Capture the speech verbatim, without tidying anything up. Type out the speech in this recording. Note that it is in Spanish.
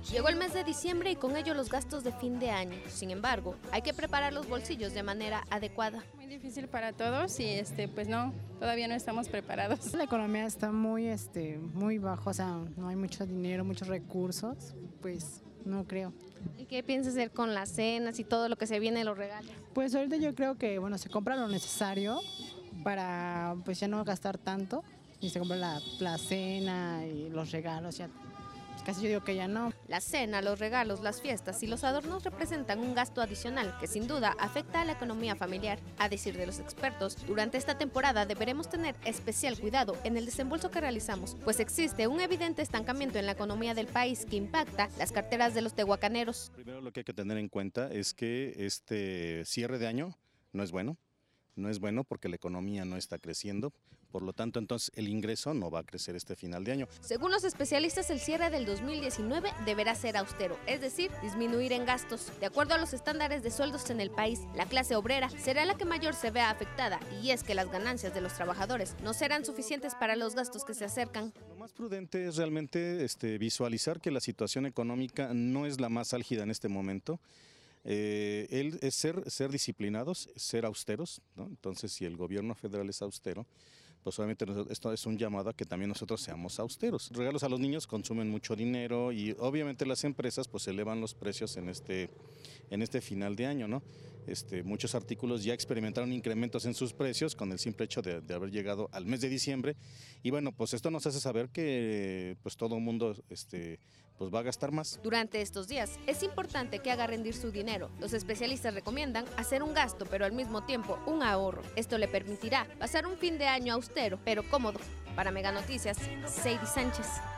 Llegó el mes de diciembre y con ello los gastos de fin de año. Sin embargo, hay que preparar los bolsillos de manera adecuada. Muy difícil para todos y este, pues no, todavía no estamos preparados. La economía está muy, este, muy baja, o sea, no hay mucho dinero, muchos recursos, pues no creo. ¿Y qué piensas hacer con las cenas y todo lo que se viene, los regalos? Pues ahorita yo creo que, bueno, se compra lo necesario para, pues ya no gastar tanto y se compra la, la cena y los regalos, ya. Casi yo digo que ya no. La cena, los regalos, las fiestas y los adornos representan un gasto adicional que sin duda afecta a la economía familiar. A decir de los expertos, durante esta temporada deberemos tener especial cuidado en el desembolso que realizamos, pues existe un evidente estancamiento en la economía del país que impacta las carteras de los tehuacaneros. Primero lo que hay que tener en cuenta es que este cierre de año no es bueno. No es bueno porque la economía no está creciendo, por lo tanto entonces el ingreso no va a crecer este final de año. Según los especialistas, el cierre del dos mil diecinueve deberá ser austero, es decir, disminuir en gastos. De acuerdo a los estándares de sueldos en el país, la clase obrera será la que mayor se vea afectada, y es que las ganancias de los trabajadores no serán suficientes para los gastos que se acercan. Lo más prudente es realmente este, visualizar que la situación económica no es la más álgida en este momento. Eh, el, es ser, ser disciplinados, ser austeros, ¿no? Entonces si el gobierno federal es austero, pues obviamente esto es un llamado a que también nosotros seamos austeros. Regalos a los niños consumen mucho dinero y obviamente las empresas pues elevan los precios en este, en este final de año, ¿no? Este, muchos artículos ya experimentaron incrementos en sus precios con el simple hecho de, de haber llegado al mes de diciembre y bueno, pues esto nos hace saber que pues todo el mundo este, pues va a gastar más. Durante estos días es importante que haga rendir su dinero. Los especialistas recomiendan hacer un gasto pero al mismo tiempo un ahorro. Esto le permitirá pasar un fin de año austero pero cómodo. Para Mega Noticias, Seidy Sánchez.